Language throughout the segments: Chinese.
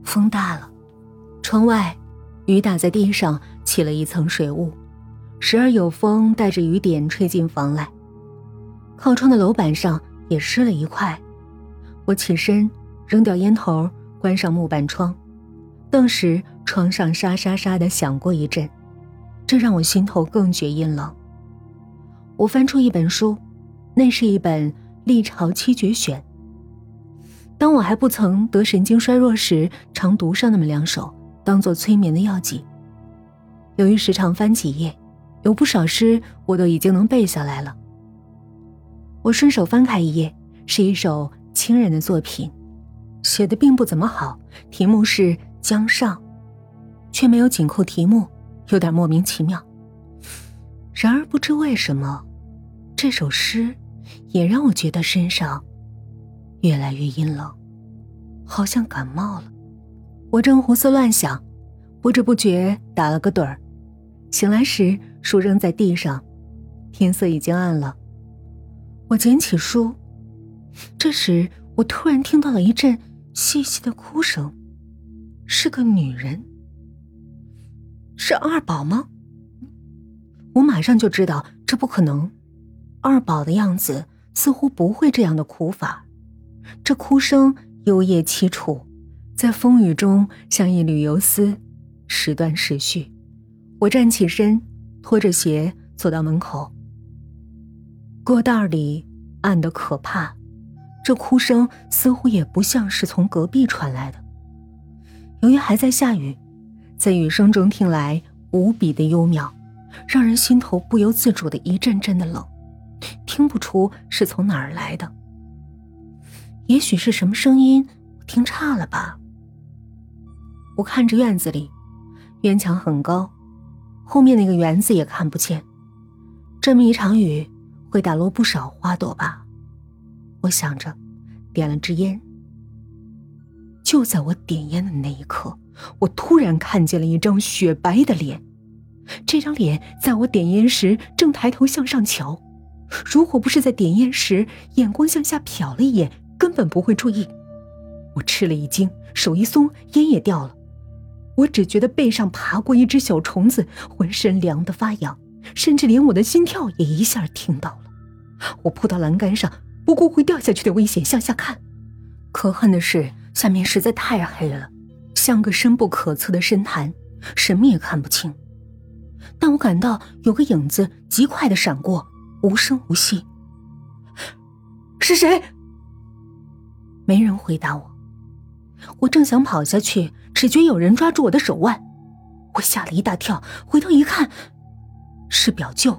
风大了，窗外雨打在地上起了一层水雾，时而有风带着雨点吹进房来。靠窗的楼板上也湿了一块。我起身扔掉烟头，关上木板窗，顿时窗上沙沙沙地响过一阵，这让我心头更觉阴冷。我翻出一本书，那是一本《历朝七绝选》。当我还不曾得神经衰弱时，常读上那么2首，当作催眠的药剂。由于时常翻几页，有不少诗我都已经能背下来了。我顺手翻开一页，是一首清人的作品，写的并不怎么好，题目是《江上》，却没有紧扣题目，有点莫名其妙。然而不知为什么，这首诗也让我觉得身上越来越阴冷，好像感冒了。我正胡思乱想，不知不觉打了个盹儿。醒来时，书扔在地上，天色已经暗了。我捡起书，这时我突然听到了一阵细细的哭声，是个女人。是二宝吗？我马上就知道这不可能，二宝的样子似乎不会这样的哭法，这哭声幽咽凄楚，在风雨中像一缕游丝，时断时续。我站起身，拖着鞋走到门口。过道里暗得可怕，这哭声似乎也不像是从隔壁传来的。由于还在下雨，在雨声中听来无比的幽渺，让人心头不由自主的一阵阵的冷，听不出是从哪儿来的。也许是什么声音我听差了吧。我看着院子里，院墙很高，后面那个园子也看不见，这么一场雨会打落不少花朵吧。我想着，点了支烟。就在我点烟的那一刻，我突然看见了一张雪白的脸。这张脸在我点烟时正抬头向上瞧，如果不是在点烟时眼光向下瞟了一眼，根本不会注意。我吃了一惊，手一松，烟也掉了。我只觉得背上爬过一只小虫子，浑身凉得发痒，甚至连我的心跳也一下听到了。我扑到栏杆上，不顾会掉下去的危险向下看，可恨的是下面实在太黑了，像个深不可测的深潭，什么也看不清。但我感到有个影子极快地闪过，无声无息。是谁？没人回答我。我正想跑下去，只觉有人抓住我的手腕，我吓了一大跳，回头一看，是表舅。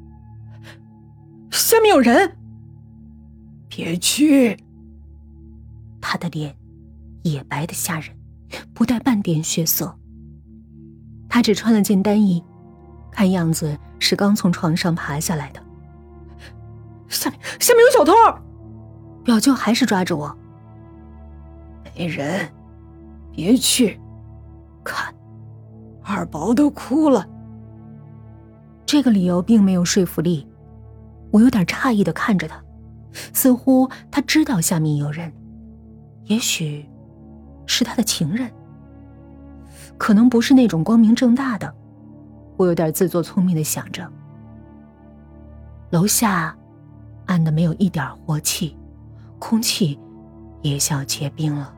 下面有人！ 别去！ 他的脸野白的吓人，不带半点血色。他只穿了件单衣，看样子是刚从床上爬下来的。下面有小偷！表舅还是抓着我。 没人，别去！看，二宝都哭了。 这个理由并没有说服力，我有点诧异地看着他，似乎他知道下面有人，也许是他的情人，可能不是那种光明正大的。我有点自作聪明地想着。楼下暗得没有一点活气，空气也像结冰了。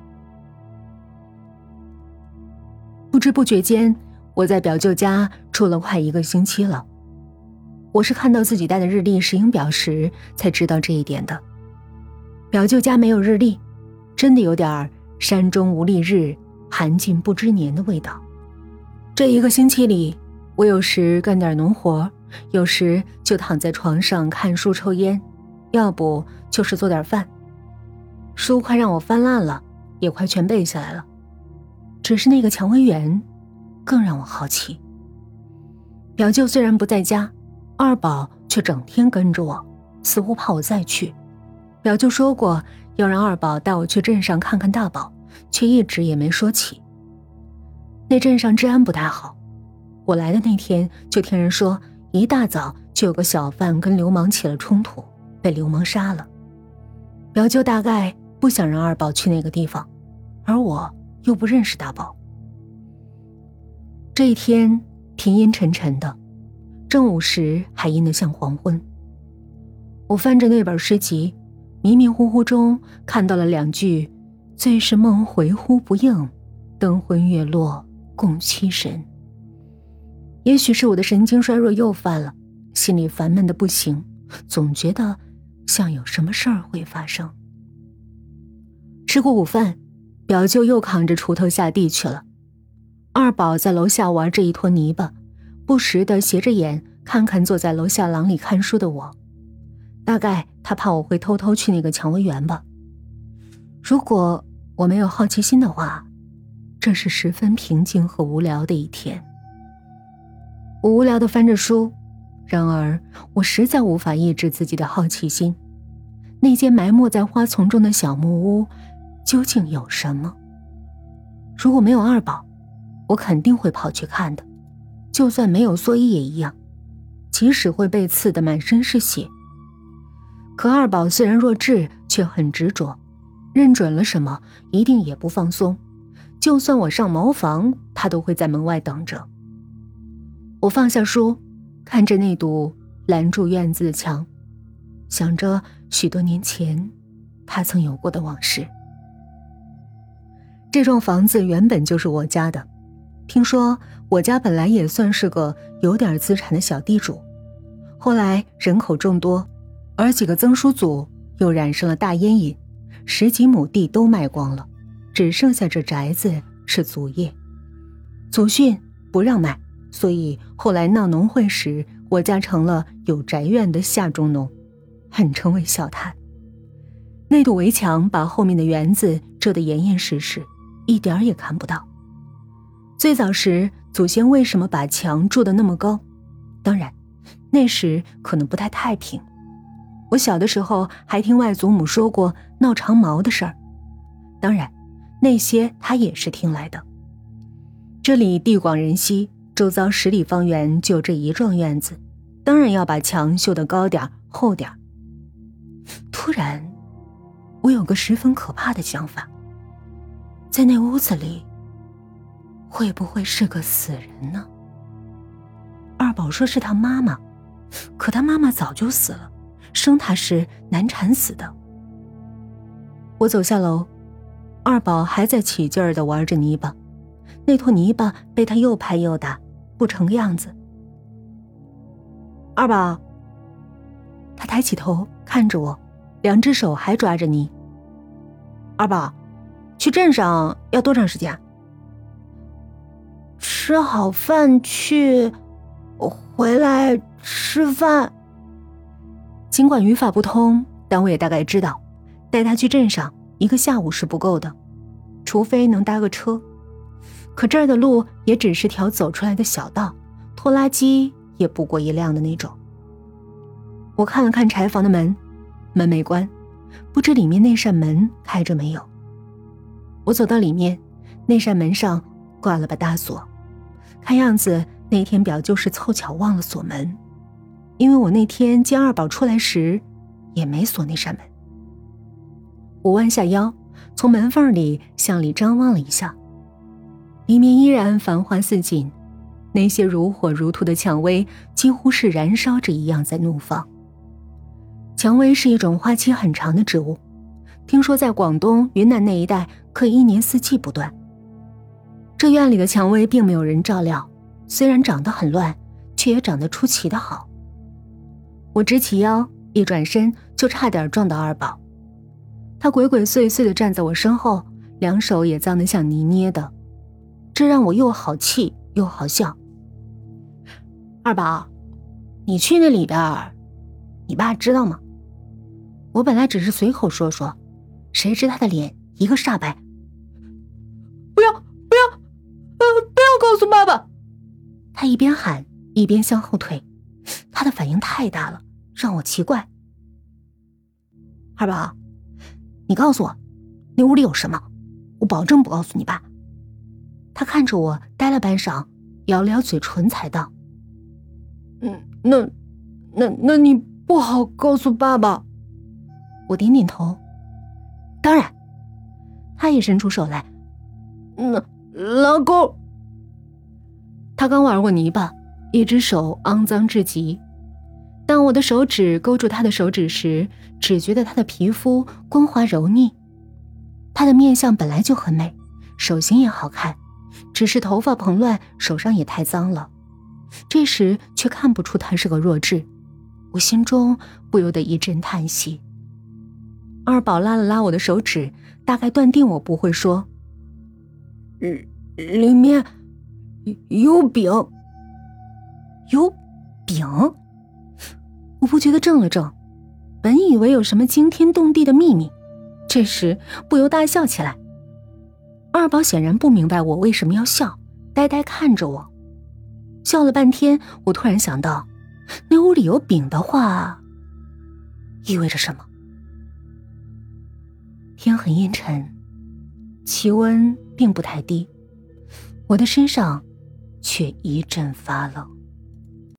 不知不觉间，我在表舅家住了快1个星期了。我是看到自己带的日历石英表时才知道这一点的。表舅家没有日历，真的有点山中无历日，寒尽不知年的味道。这1个星期里，我有时干点农活，有时就躺在床上看书抽烟，要不就是做点饭。书快让我翻烂了，也快全背下来了。只是那个蔷薇园更让我好奇。表舅虽然不在家，二宝却整天跟着我，似乎怕我再去。表舅说过要让二宝带我去镇上看看大宝，却一直也没说起。那镇上治安不太好，我来的那天就听人说，一大早就有个小贩跟流氓起了冲突，被流氓杀了。表舅大概不想让二宝去那个地方，而我又不认识大宝。这一天天阴沉沉的，正午时还阴得像黄昏。我翻着那本诗集，迷迷糊糊中看到了2句：最是梦回呼不应，灯昏月落共凄神。也许是我的神经衰弱又犯了，心里烦闷的不行，总觉得像有什么事儿会发生。吃过午饭，表舅又扛着锄头下地去了。二宝在楼下玩着一坨泥巴，不时地斜着眼看看坐在楼下廊里看书的我。大概他怕我会偷偷去那个蔷薇园吧。如果我没有好奇心的话，这是十分平静和无聊的一天。我无聊地翻着书，然而我实在无法抑制自己的好奇心。那间埋没在花丛中的小木屋究竟有什么？如果没有二宝，我肯定会跑去看的，就算没有蓑衣也一样，即使会被刺得满身是血。可二宝虽然弱智，却很执着，认准了什么一定也不放松，就算我上茅房，他都会在门外等着。我放下书，看着那堵拦住院子的墙，想着许多年前他曾有过的往事。这幢房子原本就是我家的，听说我家本来也算是个有点资产的小地主，后来人口众多，而几个曾叔祖又染上了大烟瘾，10几亩地都卖光了，只剩下这宅子是祖业。祖训不让卖，所以后来闹农会时，我家成了有宅院的下中农，很成为笑谈。那堵围墙把后面的园子遮得严严实实，一点也看不到。最早时祖先为什么把墙筑得那么高？当然那时可能不太太平，我小的时候还听外祖母说过闹长毛的事儿，当然那些他也是听来的。这里地广人稀，周遭10里方圆就这一幢院子，当然要把墙修得高点厚点。突然我有个十分可怕的想法，在那屋子里会不会是个死人呢？二宝说是他妈妈，可他妈妈早就死了，生他时难产死的。我走下楼，二宝还在起劲儿地玩着泥巴，那坨泥巴被他又拍又打，不成样子。二宝，他抬起头看着我，2只手还抓着泥。二宝，去镇上要多长时间？吃好饭去，回来吃饭。尽管语法不通，但我也大概知道，带他去镇上1个下午是不够的，除非能搭个车。可这儿的路也只是条走出来的小道，拖拉机也不过1辆的那种。我看了看柴房的门，门没关，不知里面那扇门开着没有。我走到里面，那扇门上挂了把大锁，看样子那天表舅是凑巧忘了锁门，因为我那天接二宝出来时也没锁那扇门。我弯下腰，从门缝里向里张望了一下，里面依然繁花似锦，那些如火如荼的蔷薇几乎是燃烧着一样在怒放。蔷薇是一种花期很长的植物，听说在广东、云南那一带可以1年4季不断。这院里的蔷薇并没有人照料，虽然长得很乱，却也长得出奇的好。我直起腰，一转身就差点撞到二宝。他鬼鬼祟祟地站在我身后，2手也脏得像泥捏的，这让我又好气又好笑。二宝，你去那里边，你爸知道吗？我本来只是随口说说，谁知他的脸一个煞白。不要告诉爸爸！他一边喊一边向后退，他的反应太大了，让我奇怪。二宝，你告诉我，那屋里有什么？我保证不告诉你爸。他看着我呆了半晌，咬了咬嘴唇才道：那你不好告诉爸爸。我点点头。当然。他也伸出手来。 老公。 他刚玩过泥巴，一只手肮脏至极。当我的手指勾住他的手指时，只觉得他的皮肤光滑柔腻。他的面相本来就很美，手型也好看，只是头发蓬乱，手上也太脏了。这时却看不出他是个弱智，我心中不由得一阵叹息。二宝拉了拉我的手指，大概断定我不会说。 里面有饼。 有饼？我不觉得怔了怔，本以为有什么惊天动地的秘密，这时不由大笑起来。二宝显然不明白我为什么要笑，呆呆看着我。笑了半天，我突然想到，那屋里有饼的话，意味着什么？天很阴沉，气温并不太低，我的身上却一阵发冷。